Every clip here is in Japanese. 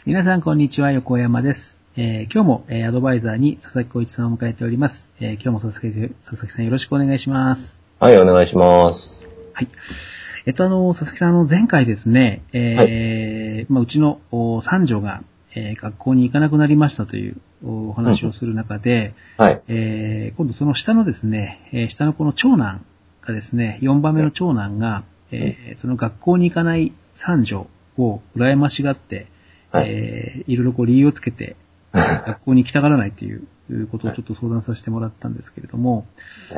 皆さんこんにちは、横山です。今日も、アドバイザーに佐々木浩一さんを迎えております。今日も佐々木さんよろしくお願いします。 はい、お願いします。 はい。佐々木さん前回ですね、うちの三女が、学校に行かなくなりましたというお話をする中で、 はい。 今度その下のですね、下のこの長男がですね、4番目の長男が、その学校に行かない三女を羨ましがって、いろいろこう理由をつけて、学校に行きたがらないということをちょっと相談させてもらったんですけれども、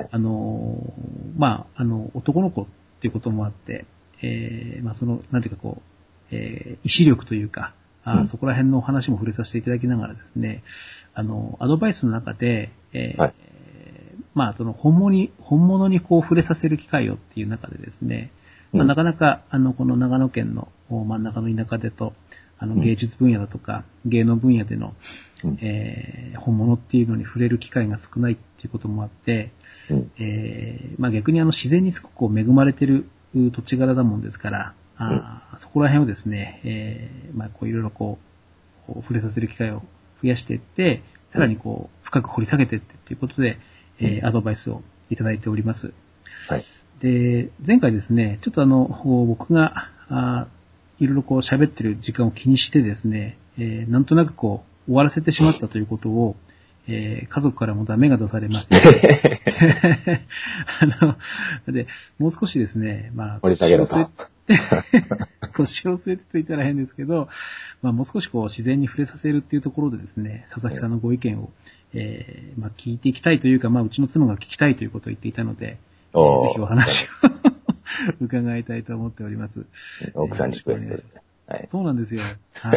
男の子っていうこともあって、なんていうかこう、意志力というか、そこら辺のお話も触れさせていただきながらですね、アドバイスの中で、その本物にこう触れさせる機会をっていう中でですね、なかなか、この長野県の真ん中の田舎でと、芸術分野だとか、芸能分野での、本物っていうのに触れる機会が少ないっていうこともあって、逆に自然にすごくこう恵まれてる土地柄だもんですから、そこら辺をですね、こういろいろこう、触れさせる機会を増やしていって、さらにこう、深く掘り下げていってということで、アドバイスをいただいております。 はい。 で、前回ですね、ちょっと僕が、いろいろこう喋ってる時間を気にしてですね、なんとなくこう終わらせてしまったということを、家族からもダメが出されまして、で、もう少しですね、 掘り下げろと。 腰を据えてと言ったら変ですけど、もう少しこう自然に触れさせるっていうところでですね、佐々木さんのご意見を、聞いていきたいというか、うちの妻が聞きたいということを言っていたので、ぜひお話を伺いたいと思っております。 奥さんリクエストですね。 はい。そうなんですよ。はい。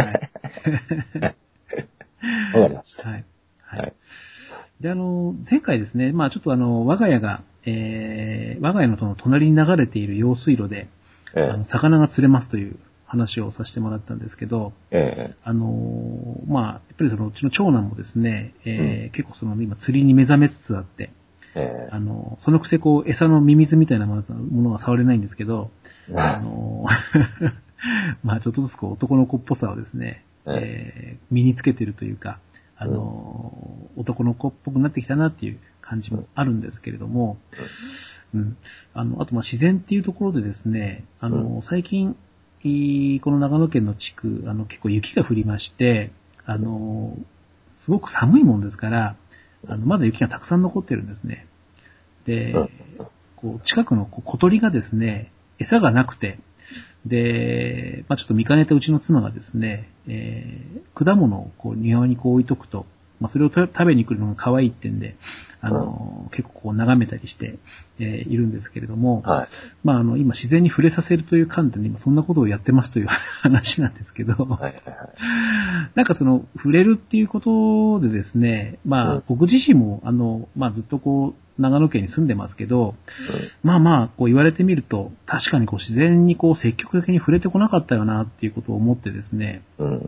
わかりました。 はい。はい。で、前回ですね、ちょっと我が家のその隣に流れている用水路で、魚が釣れますという話をさせてもらったんですけど、やっぱりそのうちの長男もですね、結構その今釣りに目覚めつつあって、そのくせこう餌のミミズみたいなものは触れないんですけど、ちょっとずつこう男の子っぽさをですね、身につけてるというか、男の子っぽくなってきたなっていう感じもあるんですけれども、あと自然っていうところでですね、最近、この長野県の地区、結構雪が降りまして、すごく寒いもんですから、まだ雪がたくさん残ってるんですね。で、こう近くの小鳥がですね、餌がなくて、で、ちょっと見かねたうちの妻がですね、果物をこう庭にこう置いとくと、それを食べに来るのが可愛いってんで、結構こう眺めたりして、いるんですけれども、今自然に触れさせるという観点で今そんなことをやってますという話なんですけど、なんかその触れるっていうことでですね、僕自身もずっとこう長野県に住んでますけど、こう言われてみると確かにこう自然にこう積極的に触れてこなかったよなっていうことを思ってですね、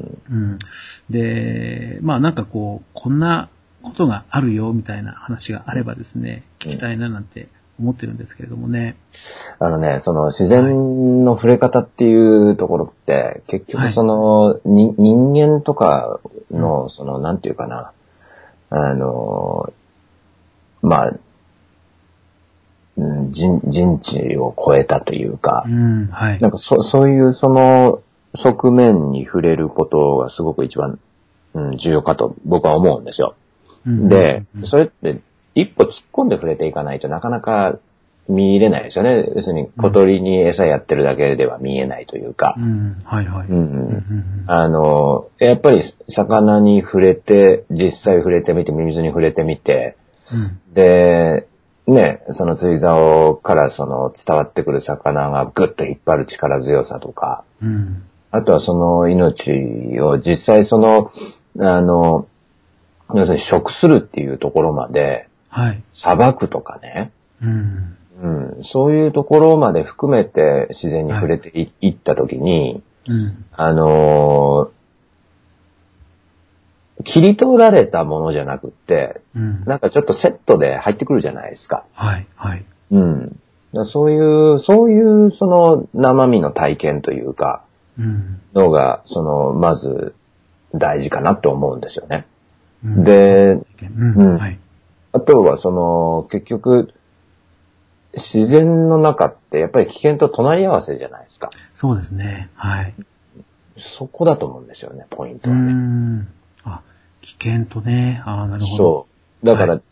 で、なんかこうこんなことがあるよみたいな話があればですね、聞きたいななんて思ってるんですけれどもね。 その自然の触れ方っていうところって、結局その、人間とかの、その、なんていうかな、人知を超えたというか、なんかそういうその側面に触れることがすごく一番、重要かと僕は思うんですよ。で、それって一歩突っ込んで触れていかないとなかなか見入れないですよね。要するに小鳥に餌やってるだけでは見えないというか。やっぱり魚に触れて、実際触れてみて、ミミズに触れてみて、で、その釣り竿からその伝わってくる魚がぐっと引っ張る力強さとか、あとはその命を実際その、要するに食するっていうところまで、さばくとかね、そういうところまで含めて自然に触れていったときに、切り取られたものじゃなくって、なんかちょっとセットで入ってくるじゃないですか。そういうその生身の体験というか、のが、まず、 大事かなって思うんですよね。で、はい、あとは結局、自然の中ってやっぱり危険と隣り合わせじゃないですか。 そうですね。はい。 そこだと思うんですよね、ポイントはね。 危険とね。なるほど。 そう。だから、はい、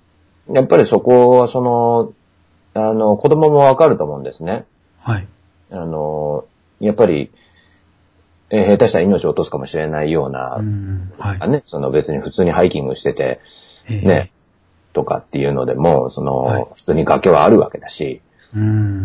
やっぱりそこは子供もわかると思うんですね。 はい。 やっぱり、下手したら命を落とすかもしれないような、はい、ね、別に普通にハイキングしてて、ね、とかっていうのでも、はい、普通に崖はあるわけだし、部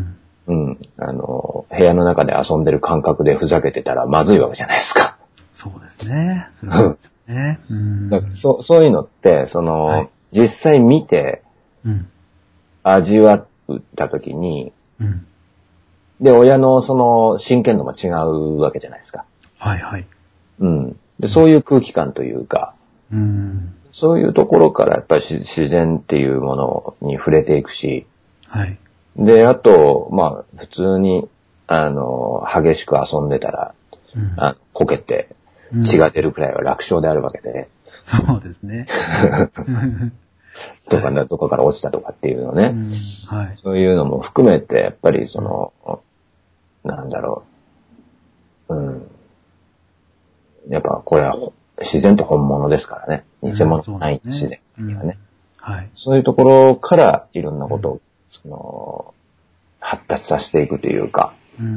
屋の中で遊んでる感覚でふざけてたらまずいわけじゃないですか。 そうですね。そうですね。 だからそういうのって、はい、実際見て、味わったときに、で、親の真剣度も違うわけじゃないですか。 はいはい。 で、そういう空気感というか、そういうところからやっぱり自然っていうものに触れていくし、 はい。 で、あと、普通に、激しく遊んでたら、こけて血が出るくらいは楽勝であるわけで。 そうですね。 とかね、どこから落ちたとかっていうのね。はい。そういうのも含めて、やっぱりなんだろう。やっぱこれは自然と本物ですからね。偽物ない自然にはね。はい。そういうところからいろんなことを、発達させていくというか、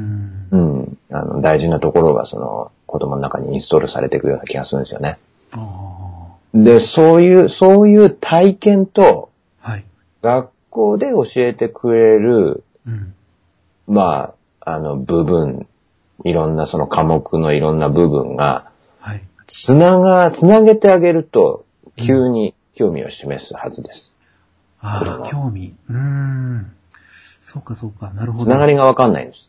大事なところが子供の中にインストールされていくような気がするんですよね。で、そういう体験と、はい、学校で教えてくれる、部分、いろんな科目のいろんな部分が、はい、つなげてあげると、急に興味を示すはずです。 興味。そうかそうか、なるほど。 つながりがわかんないんです。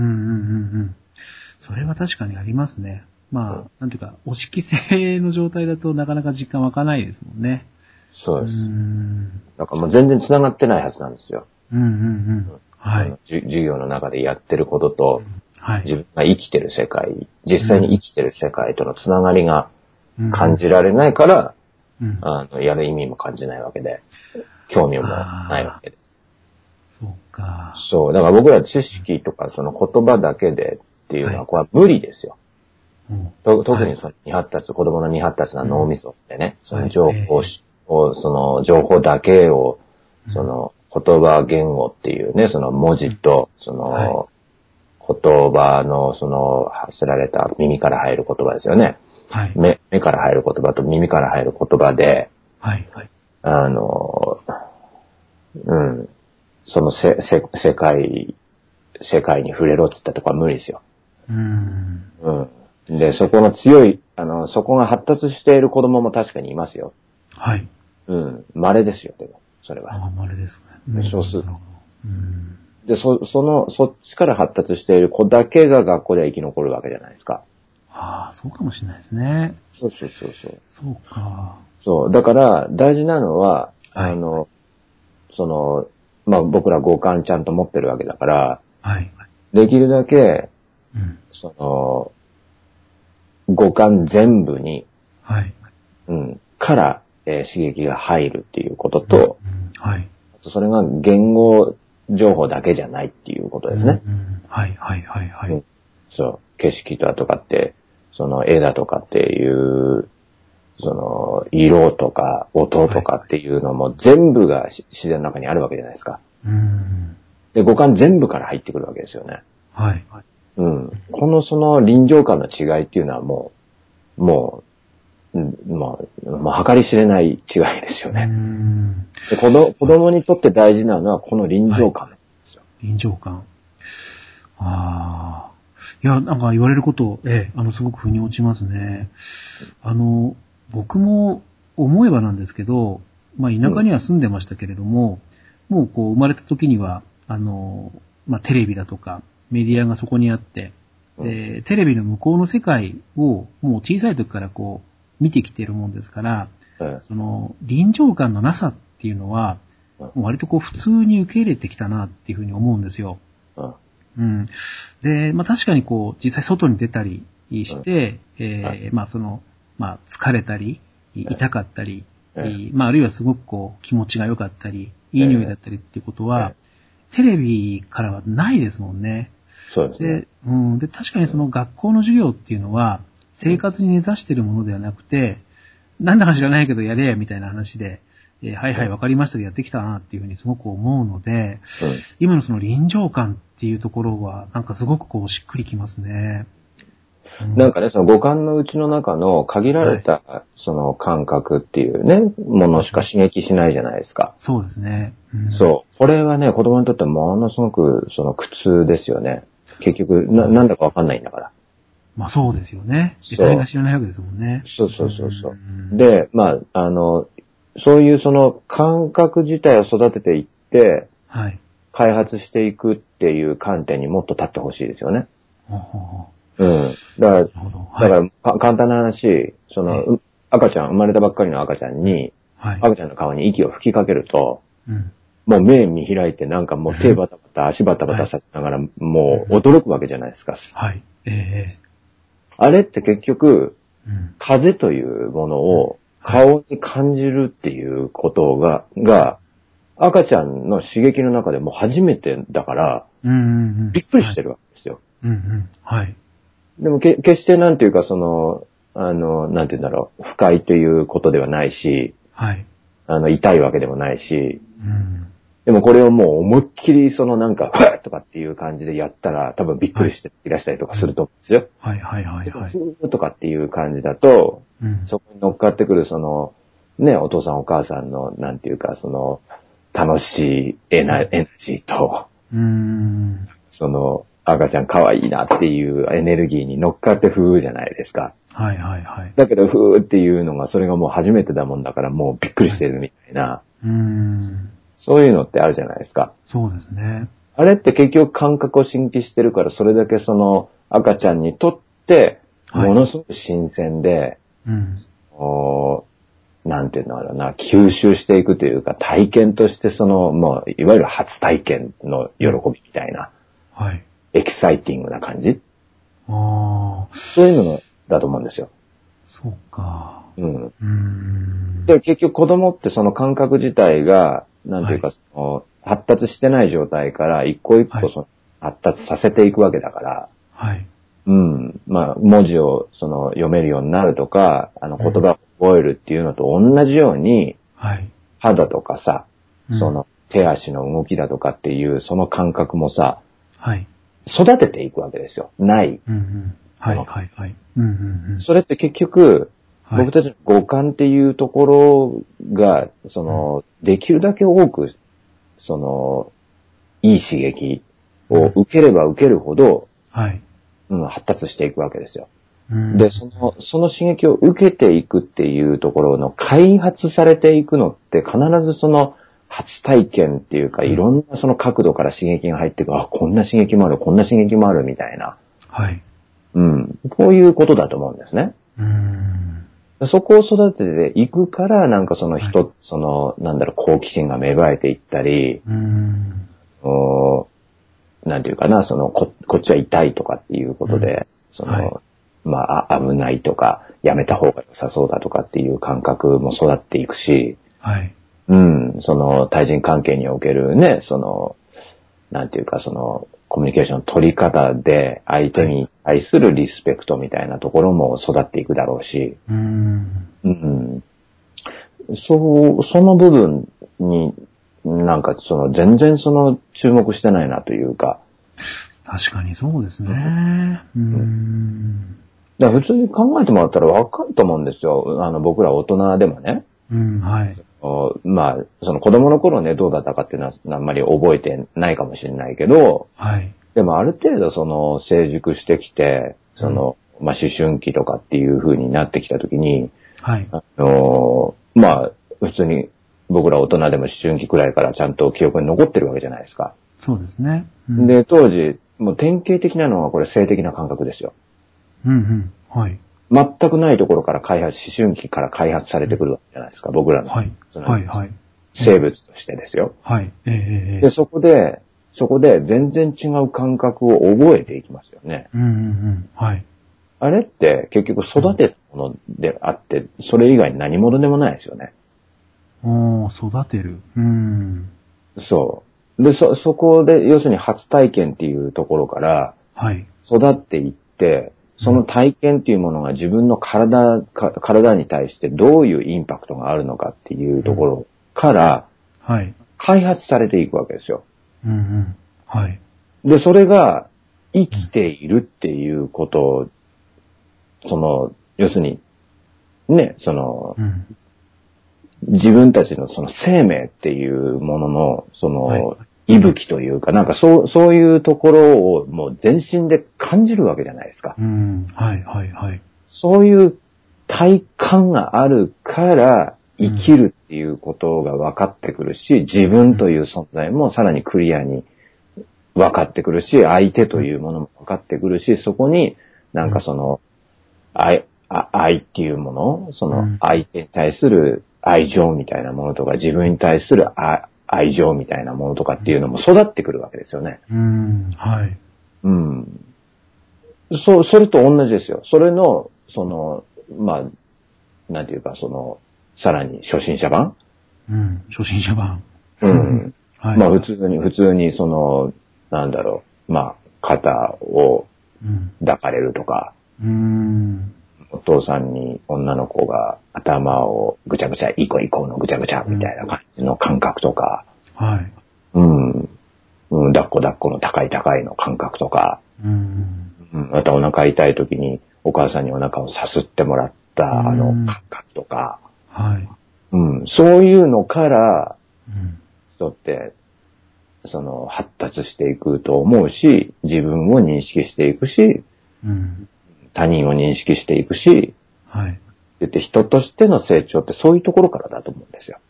それは確かにありますね。なんていうか、押し規制の状態だとなかなか実感湧かないですもんね。 そうです。だからもう全然つながってないはずなんですよ。はい。授業の中でやってることと、はい、自分が生きてる世界、実際に生きてる世界とのつながりが感じられないから、やる意味も感じないわけで、興味もないわけで。 そうか。 そう。だから僕ら知識とか言葉だけでっていうのは、これは無理ですよ。特に子供の未発達な脳みそってね、情報を、情報だけを、言葉言語っていうね、文字と、言葉の、発せられた耳から入る言葉ですよね。はい。目から入る言葉と耳から入る言葉で、はい。世界に触れろって言ったとこは無理ですよ。で、そこの強い、そこが発達している子供も確かにいますよ。はい。稀ですよ、でも、それは。 稀ですね。 少数。で、そっちから発達している子だけが学校では生き残るわけじゃないですか。 そうかもしれないですね。 そう。 そうか。 そう。だから、大事なのは、はい、僕ら五感ちゃんと持ってるわけだから、はい。できるだけ、五感全部に、はい。から、刺激が入るっていうことと、はい。あとそれが言語情報だけじゃないっていうことですね。 はい。 そう。景色とかって、絵だとかっていう、色とか音とかっていうのも全部が自然の中にあるわけじゃないですか。で、五感全部から入ってくるわけですよね。はい。この臨場感の違いっていうのはもう計り知れない違いですよね。で子供にとって大事なのはこの臨場感なんですよ。 臨場感。いや、なんか言われること、すごく腑に落ちますね。僕も思えばなんですけど、田舎には住んでましたけれども、もう生まれた時には、テレビだとか、メディアがそこにあって、テレビの向こうの世界をもう小さい時から見てきているもんですから、臨場感のなさっていうのは、割と普通に受け入れてきたなっていうふうに思うんですよ。で、確かに実際外に出たりして、 疲れたり、痛かったり、あるいはすごく気持ちが良かったり、いい匂いだったりっていうことは、テレビからはないですもんね。 そうですね。 で、確かにその学校の授業っていうのは、生活に根ざしているものではなくて、なんだか知らないけどやれや、みたいな話で、はいはい、わかりましたでやってきたなっていうふうにすごく思うので、今のその臨場感っていうところは、なんかすごくしっくりきますね。 なんかね、その五感のうちの中の限られた、その感覚っていうね、ものしか刺激しないじゃないですか。 そうですね。 そう。これはね、子供にとってはものすごくその苦痛ですよね。結局、なんだかわかんないんだから。 そうですよね。誰が知らないわけですもんね。 そう。で、そういうその感覚自体を育てていって、開発していくっていう観点にもっと立ってほしいですよね。だから簡単な話、その、赤ちゃん、生まれたばっかりの赤ちゃんに、赤ちゃんの顔に息を吹きかけると、もう目見開いてなんかもう手バタバタ、足バタバタさせながら、もう驚くわけじゃないですか。あれって結局、風というものを顔に感じるっていうことが、赤ちゃんの刺激の中でも初めてだから、びっくりしてるわけですよ。でも決してなんていうかその、なんていうんだろう、不快ということではないし、痛いわけでもないし、でもこれをもう思いっきりそのなんか、ふわっとかっていう感じでやったら多分びっくりしていらしたりとかすると思うんですよ。ふーとかっていう感じだと、そこに乗っかってくるその、ね、お父さんお母さんの、なんていうかその、楽しいエナジーと、その、赤ちゃん可愛いなっていうエネルギーに乗っかってふーじゃないですか。だけどふーっていうのがそれがもう初めてだもんだからもうびっくりしてるみたいな。そういうのってあるじゃないですか。 そうですね。 あれって結局感覚を刺激してるから、それだけその赤ちゃんにとって、ものすごく新鮮で、なんていうのかな、吸収していくというか、体験としてその、もう、いわゆる初体験の喜びみたいな、エキサイティングな感じ。そういうのだと思うんですよ。 そうか。 で、結局子供ってその感覚自体が、なんていうか、その発達してない状態から一個一個その発達させていくわけだから、文字をその読めるようになるとか、言葉を覚えるっていうのと同じように、肌とかさ、その手足の動きだとかっていうその感覚もさ、育てていくわけですよ。ない。それって結局、僕たちの五感っていうところが、その、できるだけ多く、その、いい刺激を受ければ受けるほど、発達していくわけですよ。で、その刺激を受けていくっていうところの開発されていくのって必ずその初体験っていうか、いろんなその角度から刺激が入っていく、こんな刺激もある、こんな刺激もあるみたいな。こういうことだと思うんですね。そこを育てていくから、なんかそのその、なんだろう、好奇心が芽生えていったり、なんていうかな、その、こっちは痛いとかっていうことで、その、危ないとか、やめた方が良さそうだとかっていう感覚も育っていくし、その、対人関係におけるね、その、なんていうか、その、コミュニケーションの取り方で、相手に対するリスペクトみたいなところも育っていくだろうし、その部分に、なんかその、全然その、注目してないなというか。 確かにそうですね。 だから普通に考えてもらったらわかると思うんですよ。僕ら大人でもね。その子供の頃ね、どうだったかっていうのはあんまり覚えてないかもしれないけど、でもある程度その成熟してきて、その、思春期とかっていう風になってきたときに、普通に僕ら大人でも思春期くらいからちゃんと記憶に残ってるわけじゃないですか。 そうですね。 で、当時、もう典型的なのはこれ性的な感覚ですよ。全くないところから思春期から開発されてくるわけじゃないですか、僕らの。生物としてですよ。で、そこで全然違う感覚を覚えていきますよね。 あれって結局育てたものであって、それ以外に何物でもないですよね。 育てる。 そう。で、そこで、要するに初体験っていうところから、 はい。 育っていって、その体験っていうものが自分の体に対してどういうインパクトがあるのかっていうところから、 はい。 開発されていくわけですよ。 はい。 で、それが生きているっていうことを、要するに、ね、自分たちのその生命っていうものの、息吹というか、なんかそういうところをもう全身で感じるわけじゃないですか。 はいはいはい。 そういう体感があるから生きるっていうことが分かってくるし、自分という存在もさらにクリアに分かってくるし、相手というものも分かってくるし、そこになんか愛っていうもの、相手に対する愛情みたいなものとか、自分に対する愛情みたいなものとかっていうのも育ってくるわけですよね。 はい。 それと同じですよ。それの、なんていうか、さらに初心者版初心者版。 はい。まあ普通になんだろう、肩を抱かれるとか、お父さんに女の子が頭をぐちゃぐちゃ、いこのぐちゃぐちゃみたいな感じの感覚とか、 はい。 抱っこの高いの感覚とか、またお腹痛い時にお母さんにお腹をさすってもらった感覚とか、 はい。 そういうのから、人って、発達していくと思うし、自分を認識していくし、他人を認識していくし、 はい。 で、人としての成長ってそういうところからだと思うんですよ。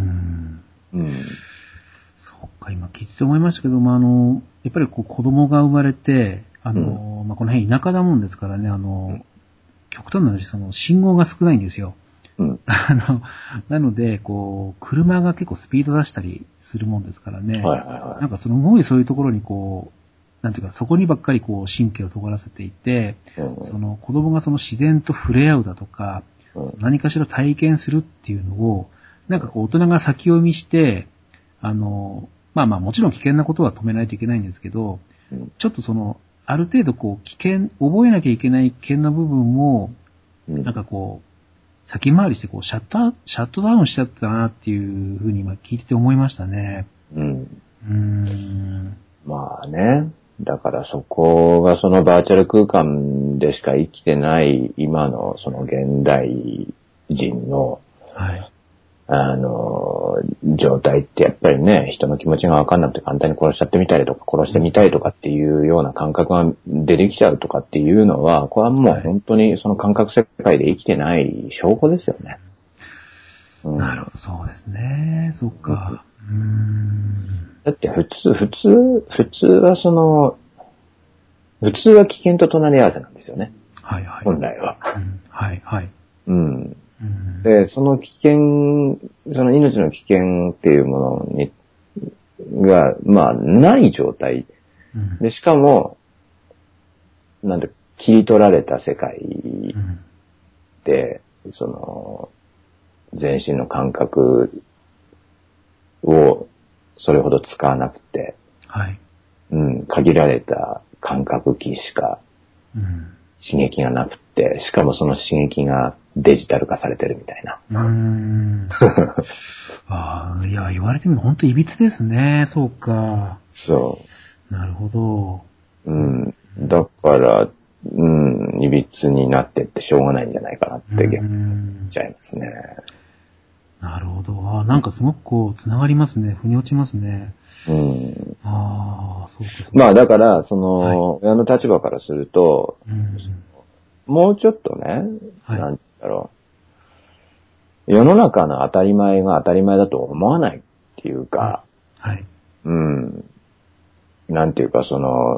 そっか、今聞いて思いましたけども、やっぱり子供が生まれて、この辺田舎だもんですからね、極端な話、信号が少ないんですよ。なので、車が結構スピード出したりするもんですからね。なんかすごいそういうところになんていうか、そこにばっかり神経を尖らせていて、子供が自然と触れ合うだとか、何かしら体験するっていうのを、なんか大人が先読みして、もちろん危険なことは止めないといけないんですけど、ちょっとある程度覚えなきゃいけない危険な部分も、なんか先回りしてシャットダウンしちゃったなっていうふうに今聞いてて思いましたね。 まあね。だからそこがバーチャル空間でしか生きてない今の現代人の、状態ってやっぱりね、人の気持ちがわかんなくて簡単に殺しちゃってみたりとか、殺してみたいとかっていうような感覚が出てきちゃうとかっていうのは、これはもう本当にその感覚世界で生きてない証拠ですよね。 なるほど、そうですね。そっか。 だって普通は危険と隣り合わせなんですよね。本来は。で、その命の危険っていうものが、ない状態。で、しかも、切り取られた世界で、全身の感覚をそれほど使わなくて、限られた感覚器しか刺激がなくて、しかもその刺激がデジタル化されてるみたいな。 いや、言われてみると本当いびつですね。そうか。 そう。 なるほど。 だから、いびつになってってしょうがないんじゃないかなって思っちゃいますね。 なるほど。なんかすごく繋がりますね。腑に落ちますね。そうか。 だから、親の立場からすると、もうちょっとね、なんて言うんだろう。世の中の当たり前が当たり前だと思わないっていうか、なんていうか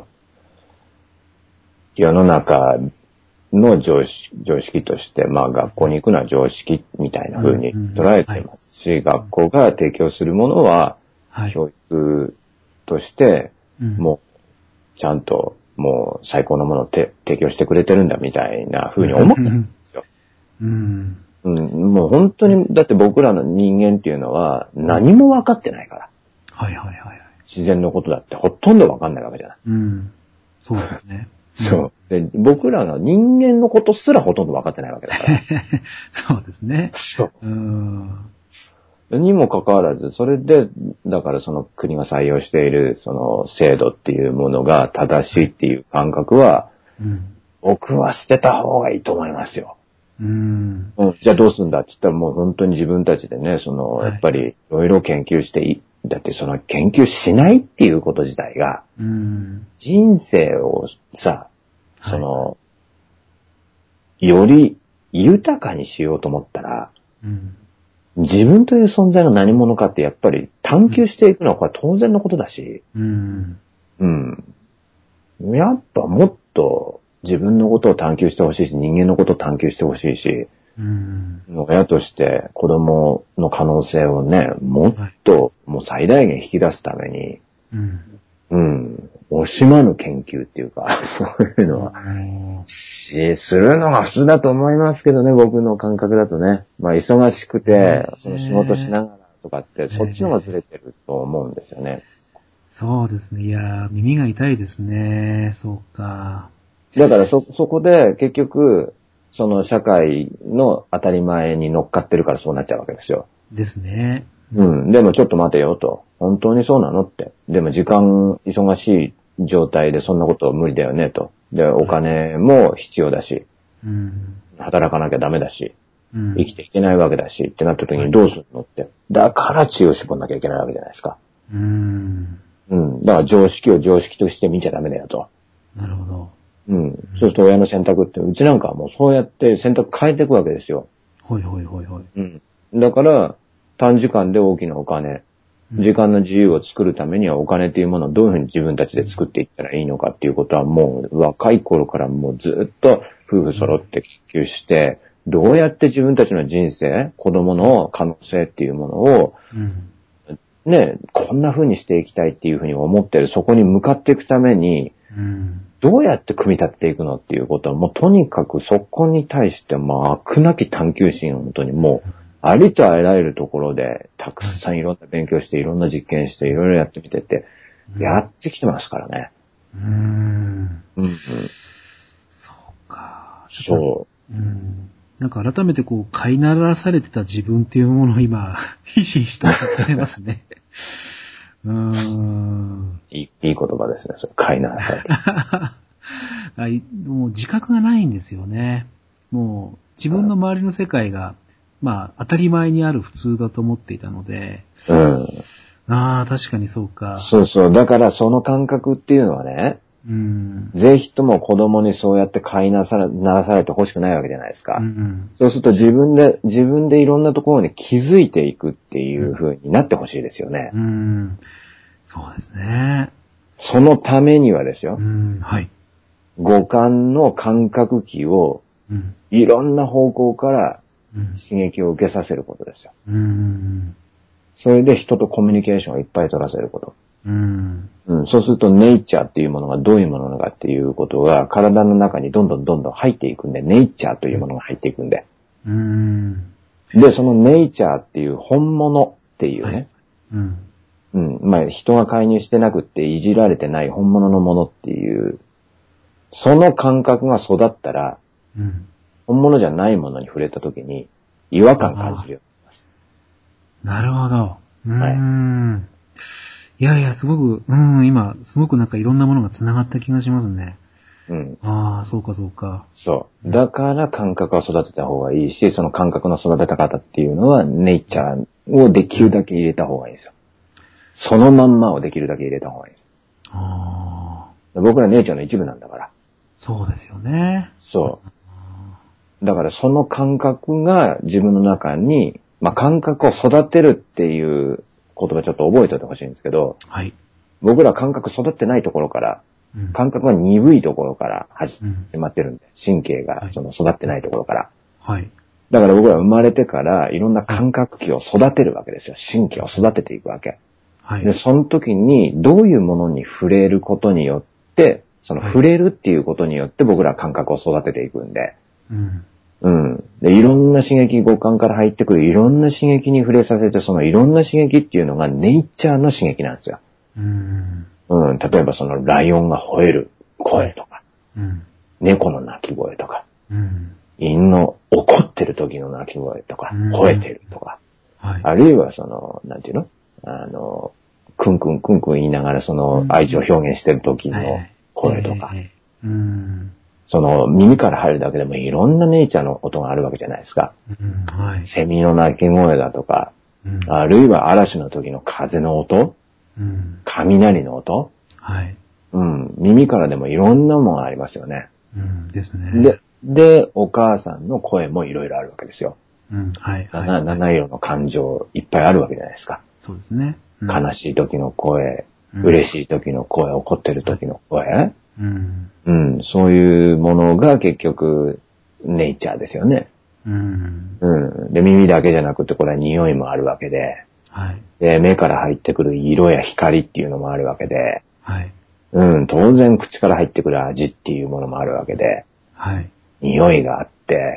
世の中の常識として、学校に行くのは常識みたいな風に捉えてますし、学校が提供するものは、教育として、もう、ちゃんともう最高のものを提供してくれてるんだみたいな風に思ったんですよ。もう本当に、だって僕らの人間っていうのは何も分かってないから。 はいはいはい。 自然のことだってほとんど分かんないわけじゃない。 そうですね。 そう。で、僕らが人間のことすらほとんど分かってないわけだから。 そうですね。 そう。にもかかわらず、それで、だからその国が採用しているその制度っていうものが正しいっていう感覚は、僕は捨てた方がいいと思いますよ。じゃあどうすんだって言ったらもう本当に自分たちでね、やっぱりいろいろ研究してだってその研究しないっていうこと自体が、人生をさ、より豊かにしようと思ったら、自分という存在が何者かってやっぱり探求していくのはこれ当然のことだし、やっぱもっと自分のことを探求してほしいし、人間のことを探求してほしいし、親として子供の可能性をね、もっともう最大限引き出すために、惜しまぬ研究っていうか、そういうのは、するのが普通だと思いますけどね、僕の感覚だとね。まあ忙しくて、その仕事しながらとかって、そっちの方がずれてると思うんですよね。 そうですね。いや、耳が痛いですね。そうか。 だからそこで結局、その社会の当たり前に乗っかってるからそうなっちゃうわけですよ。 ですね。 でもちょっと待てよと。本当にそうなのって。でも時間忙しい状態でそんなこと無理だよねと。で、お金も必要だし、働かなきゃダメだし、生きていけないわけだしってなった時にどうするのって。だから知恵を絞んなきゃいけないわけじゃないですか。だから常識を常識として見ちゃダメだよと。 なるほど。 そうすると親の選択って、うちなんかはもうそうやって選択変えていくわけですよ。だから、短時間で大きなお金、時間の自由を作るためにはお金っていうものをどういうふうに自分たちで作っていったらいいのかっていうことはもう若い頃からもうずっと夫婦揃って研究して、どうやって自分たちの人生、子供の可能性っていうものを、ね、こんな風にしていきたいっていうふうに思ってる、そこに向かっていくために、どうやって組み立てていくのっていうことは、もうとにかくそこに対して、飽くなき探求心を本当にもう、ありとあらゆるところで、たくさんいろんな勉強して、いろんな実験して、いろいろやってみてて、やってきてますからね。 そうか。 そう。 なんか改めてこう、飼いならされてた自分っていうものを今、ひしひしと感じますね。 いい言葉ですね、それ。飼いならされて。 もう自覚がないんですよね。もう、自分の周りの世界が、当たり前にある普通だと思っていたので。確かにそうか。 そうそう。だからその感覚っていうのはね、ぜひとも子供にそうやって飼いならされてほしくないわけじゃないですか。そうすると自分でいろんなところに気づいていくっていう風になってほしいですよね。 そうですね。 そのためにはですよ。五感の感覚器をいろんな方向から刺激を受けさせることですよ。それで人とコミュニケーションをいっぱい取らせること。そうするとネイチャーっていうものがどういうものなのかっていうことが体の中にどんどん入っていくんで、ネイチャーというものが入っていくんで。で、そのネイチャーっていう本物っていうね。人が介入してなくっていじられてない本物のものっていう、その感覚が育ったら、本物じゃないものに触れたときに違和感感じるようになります。 なるほど。いやいや、すごく、今、すごくなんかいろんなものが繋がった気がしますね。そうかそうか。 そう。だから感覚を育てた方がいいし、その感覚の育て方っていうのは、ネイチャーをできるだけ入れた方がいいんですよ。そのまんまをできるだけ入れた方がいいんです。僕らネイチャーの一部なんだから。 そうですよね。 そう。だからその感覚が自分の中に、感覚を育てるっていう言葉ちょっと覚えておいてほしいんですけど、僕ら感覚育ってないところから、感覚が鈍いところから始まってるんで、神経がその育ってないところから。だから僕ら生まれてからいろんな感覚器を育てるわけですよ。神経を育てていくわけ。で、その時にどういうものに触れることによってその触れるっていうことによって僕ら感覚を育てていくんで、で、いろんな刺激、五感から入ってくるいろんな刺激に触れさせて、そのいろんな刺激っていうのがネイチャーの刺激なんですよ。例えばそのライオンが吠える声とか、猫の鳴き声とか、犬の怒ってる時の鳴き声とか、吠えてるとか、あるいはその、なんていうのクンクンクンクン言いながらその愛情を表現してる時の声とか、その耳から入るだけでもいろんなネイチャーの音があるわけじゃないですか。セミの鳴き声だとか、あるいは嵐の時の風の音、雷の音、耳からでもいろんなものがありますよね。 ですね。 で、お母さんの声もいろいろあるわけですよ。七色の感情いっぱいあるわけじゃないですか。 そうですね。 悲しい時の声、嬉しい時の声、怒ってる時の声、そういうものが結局ネイチャーですよね。で、耳だけじゃなくてこれは匂いもあるわけで、で、目から入ってくる色や光っていうのもあるわけで、当然口から入ってくる味っていうものもあるわけで、匂いがあって、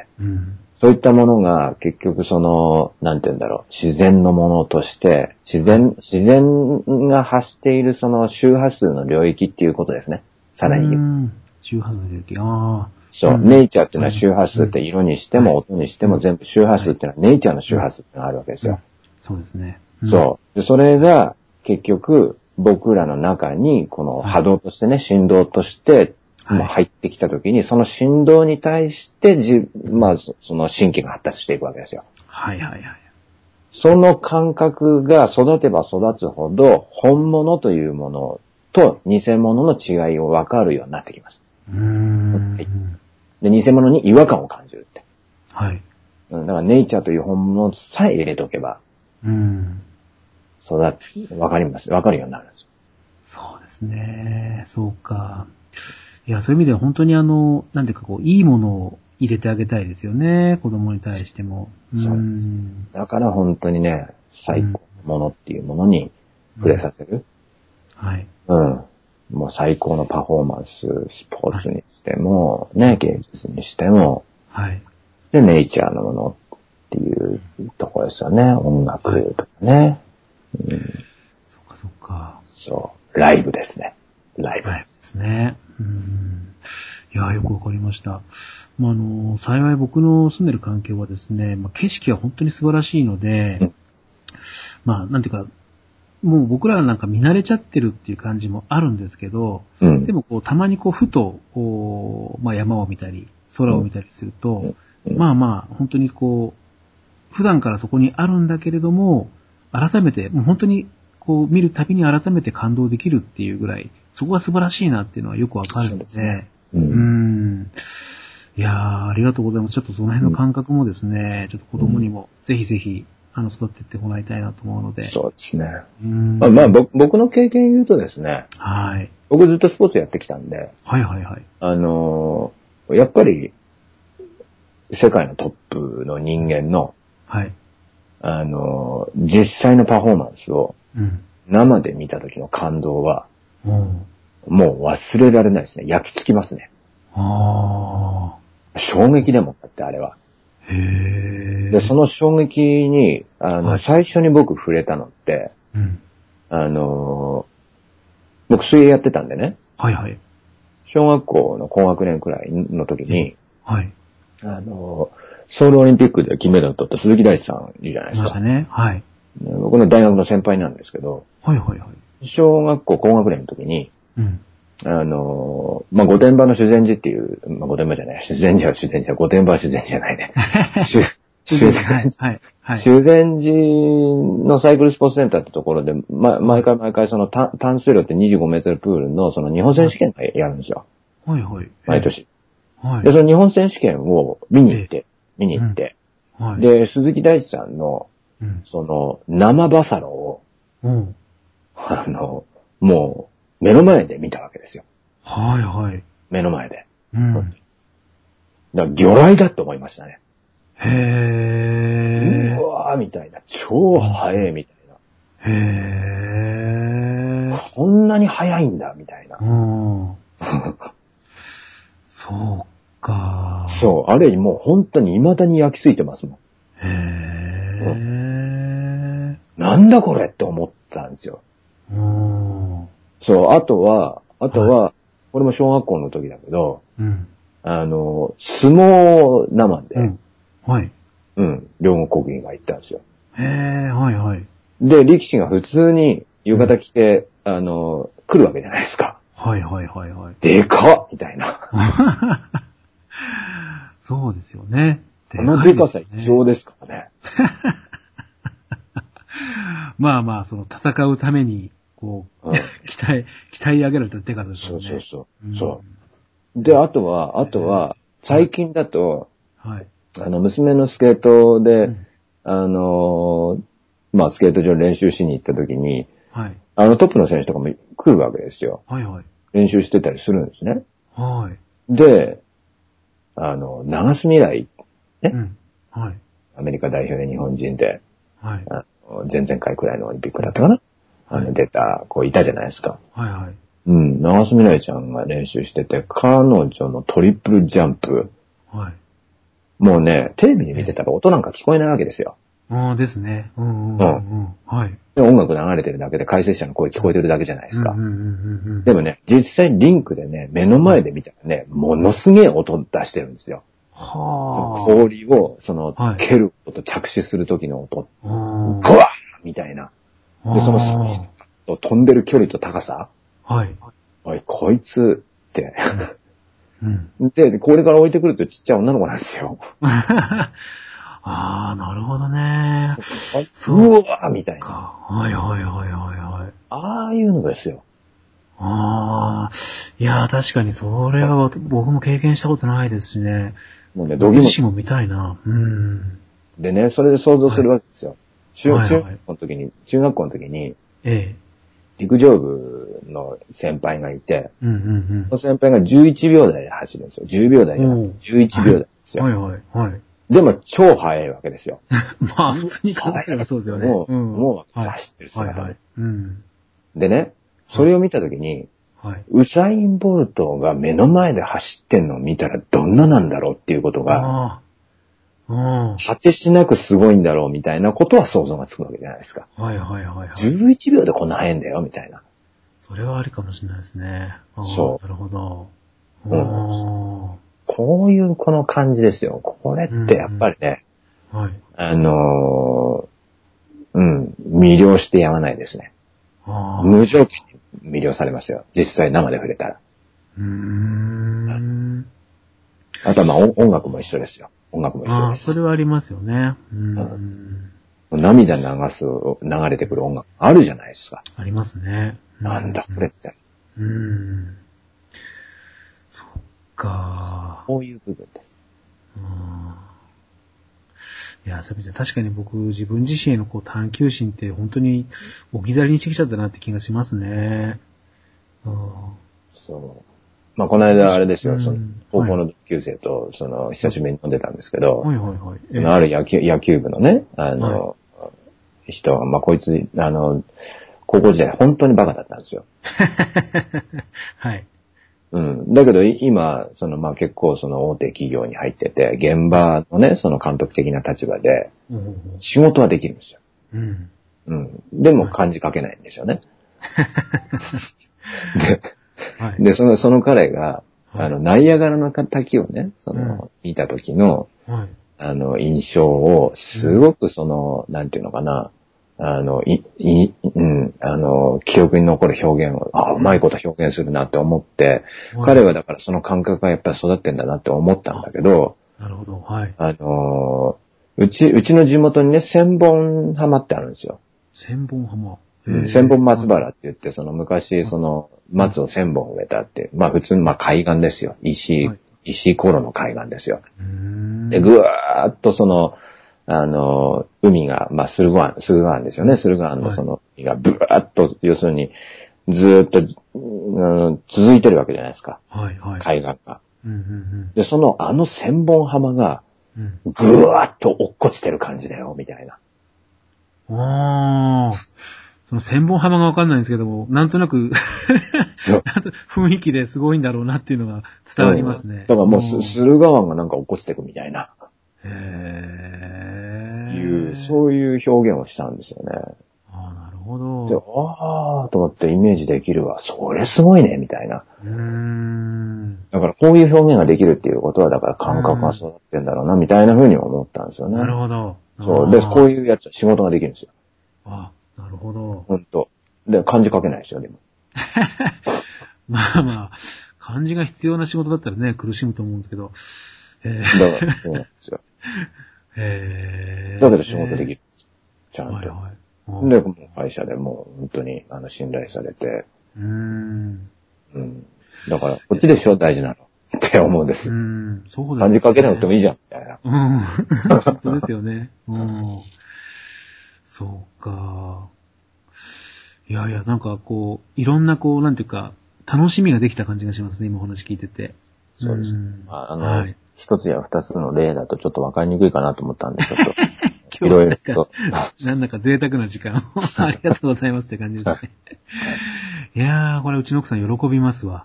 そういったものが結局その、なんて言うんだろう、自然のものとして、自然が発しているその周波数の領域っていうことですね。さらに言う。 周波数の領域、 そう、ネイチャーっていうのは周波数って色にしても音にしても全部周波数っていうのはネイチャーの周波数っていうのがあるわけですよ。 そうですね。 そう。で、それが結局僕らの中にこの波動としてね、振動として入ってきたときに、その振動に対してその神経が発達していくわけですよ。その感覚が育てば育つほど、本物というものと偽物の違いを分かるようになってきます。で、偽物に違和感を感じるって。だからネイチャーという本物さえ入れとけば、分かります。分かるようになるんですよ。 そうですね。そうか。いや、そういう意味では本当になんていうかいいものを入れてあげたいですよね。子供に対しても。 そうです。だから本当にね、最高のものっていうものに触れさせる。もう最高のパフォーマンス、スポーツにしても、ね、芸術にしても、で、ネイチャーのものっていうところですよね。音楽とかね。 そっか。 そう。ライブですね。ライブですね。いや、よくわかりました。幸い僕の住んでる環境はですね、景色が本当に素晴らしいので、なんていうか、もう僕らなんか見慣れちゃってるっていう感じもあるんですけど、でもたまにふと、山を見たり、空を見たりすると、本当に普段からそこにあるんだけれども、改めて、もう本当に見るたびに改めて感動できるっていうぐらい、そこが素晴らしいなっていうのはよくわかるので、いやー、ありがとうございます。ちょっとその辺の感覚もですね、ちょっと子供にもぜひぜひ、育ててもらいたいなと思うので。 そうですね。僕の経験言うとですね、僕ずっとスポーツやってきたんで、やっぱり、世界のトップの人間の、実際のパフォーマンスを、生で見た時の感動は、もう忘れられないですね。焼き付きますね。衝撃でもだってあれは。で、その衝撃に、最初に僕触れたのって、僕水泳やってたんでね。小学校の高学年くらいの時に、ソウルオリンピックで金メダル取った鈴木大地さんいるじゃないですか。僕の大学の先輩なんですけど、小学校高学年の時に、御殿場の修善寺っていう、御殿場じゃない、修善寺は修善寺、御殿場は修善寺じゃないね。修善寺のサイクルスポーツセンターってところで、毎回その短水路って25メートルプールのその日本選手権がやるんですよ。毎年。で、その日本選手権を見に行って、で、鈴木大地さんの、その生バサロを、もう目の前で見たわけですよ。目の前で。だから魚雷だって思いましたね。うわーみたいな。超速いみたいな。こんなに速いんだみたいな。 そうか。 そう、あれもう本当に未だに焼き付いてますもん。 へー。 なんだこれって思ったんですよ。そう、あとは、これも小学校の時だけど、相撲生で、両国国技が行ったんですよ。で、力士が普通に浴衣着て、来るわけじゃないですか。でかっみたいな。 そうですよね。 このでかさ異常ですからね。 まあまあ、その戦うために、こう、鍛え上げられたでかさですよね。 そう。で、あとは、最近だと、娘のスケートで、まあ、スケート場練習しに行った時に、トップの選手とかも来るわけですよ。練習してたりするんですね。で、長住来、ね。アメリカ代表で日本人で、前々回くらいのオリンピックだったかな、出た子いたじゃないですか。長住来ちゃんが練習してて、彼女のトリプルジャンプ、もうね、テレビで見てたら音なんか聞こえないわけですよ。 ですね。 で、音楽流れてるだけで解説者の声聞こえてるだけじゃないですか。でもね、実際リンクでね、目の前で見たらね、ものすげえ音出してるんですよ。氷を、蹴る音、着手する時の音、ゴワーみたいな。で、そのスピードと飛んでる距離と高さ。おい、こいつって。で、これから置いてくるとちっちゃい女の子なんですよ。 なるほどね。 うわーみたいな。 ああいうのですよ。 いやー、確かにそれは僕も経験したことないですしね。 もうね、 僕自身も見たいな。 でね、それで想像するわけですよ。中学校の時に、陸上部の先輩がいて、その先輩が11秒台で走るんですよ。10秒台じゃなくて11秒台ですよ。でも超速いわけですよ。 まあ普通に考えればそうですよね。 もう走ってる姿で。でね、それを見たときに、ウサイン・ボルトが目の前で走ってんのを見たらどんななんだろうっていうことが、果てしなくすごいんだろうみたいなことは想像がつくわけじゃないですか。11秒でこんな速いんだよみたいな。 それはありかもしれないですね。 そう。 なるほど。 こういうこの感じですよ。これってやっぱりね、魅了してやまないですね。無条件に魅了されますよ。実際生で触れたら。あとはまあ音楽も一緒ですよ。音楽も一緒です。 それはありますよね。 涙流れてくる音楽あるじゃないですか。 ありますね。 なんだこれって。 そっか。 こういう部分です。 いや、そういう意味じゃ確かに僕自分自身への探求心って本当に置き去りにしてきちゃったなって気がしますね。 そう。まあ、この間あれですよ、高校の同級生と、久しぶりに飲んでたんですけど、ある野球部のね、人が、まあ、こいつ、高校時代本当にバカだったんですよ。だけど今、まあ、結構大手企業に入ってて、現場のね、監督的な立場で、仕事はできるんですよ。でも漢字書けないんですよね。で、その彼が、ナイアガラの滝をね、見た時の、印象を、すごくなんていうのかな、記憶に残る表現を、うまいこと表現するなって思って、彼はだからその感覚がやっぱり育ってんだなって思ったんだけど、 なるほど、 うちの地元にね、千本浜ってあるんですよ。 千本浜千本松原って言って、昔、松を千本植えたって、まあ普通に海岸ですよ。石井頃の海岸ですよ。で、ぐわーっと海が、まあ、駿河湾ですよね。駿河湾の海がブワーっと、要するに、ずーっと、続いてるわけじゃないですか。海岸が。で、千本浜が、ぐわーっと落っこちてる感じだよ、みたいな。 その千本浜がわかんないんですけども、なんとなく雰囲気ですごいんだろうなっていうのが伝わりますね。 だからもう駿河湾がなんか落っこちてくみたいな。そういう表現をしたんですよね。 なるほど。 で、と思ってイメージできるわ。それすごいね、みたいな。だからこういう表現ができるっていうことは、だから感覚が育ってんだろうな、みたいな風に思ったんですよね。 なるほど。 そう。で、こういうやつは仕事ができるんですよ。 なるほど。 ほんと。で、漢字書けないですよ、でも。 まあ、漢字が必要な仕事だったらね、苦しむと思うんですけど。 だから、そうなんですよ。だけど仕事できるんですよ。ちゃんと。で、もう会社でもう本当に信頼されて。だから、こっちでしょ、大事なの。って思うんです。 そうですね。 漢字書けなくてもいいじゃん、みたいな。 本当ですよね。そうか。いや、なんかこう、いろんなこう、なんていうか、楽しみができた感じがしますね、今お話聞いてて。 そうです。一つや二つの例だとちょっとわかりにくいかなと思ったんで、ちょっと。いろいろと。 なんだか贅沢な時間をありがとうございますって感じですね。いやー、これうちの奥さん喜びますわ。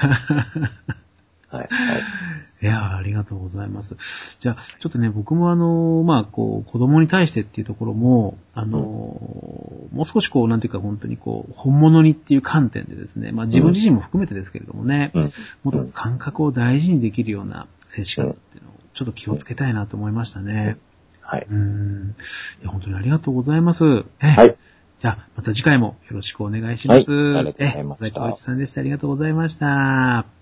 はい。 いやありがとうございます。じゃあ、ちょっとね、僕も子供に対してっていうところも、もう少しなんていうか本当に本物にっていう観点でですね、自分自身も含めてですけれどもね、もっと感覚を大事にできるような接し方っていうのをちょっと気をつけたいなと思いましたね。 はい。 いや、本当にありがとうございます。はい。じゃあ、また次回もよろしくお願いします。 はい。ありがとうございました。 小市さんでした。ありがとうございました。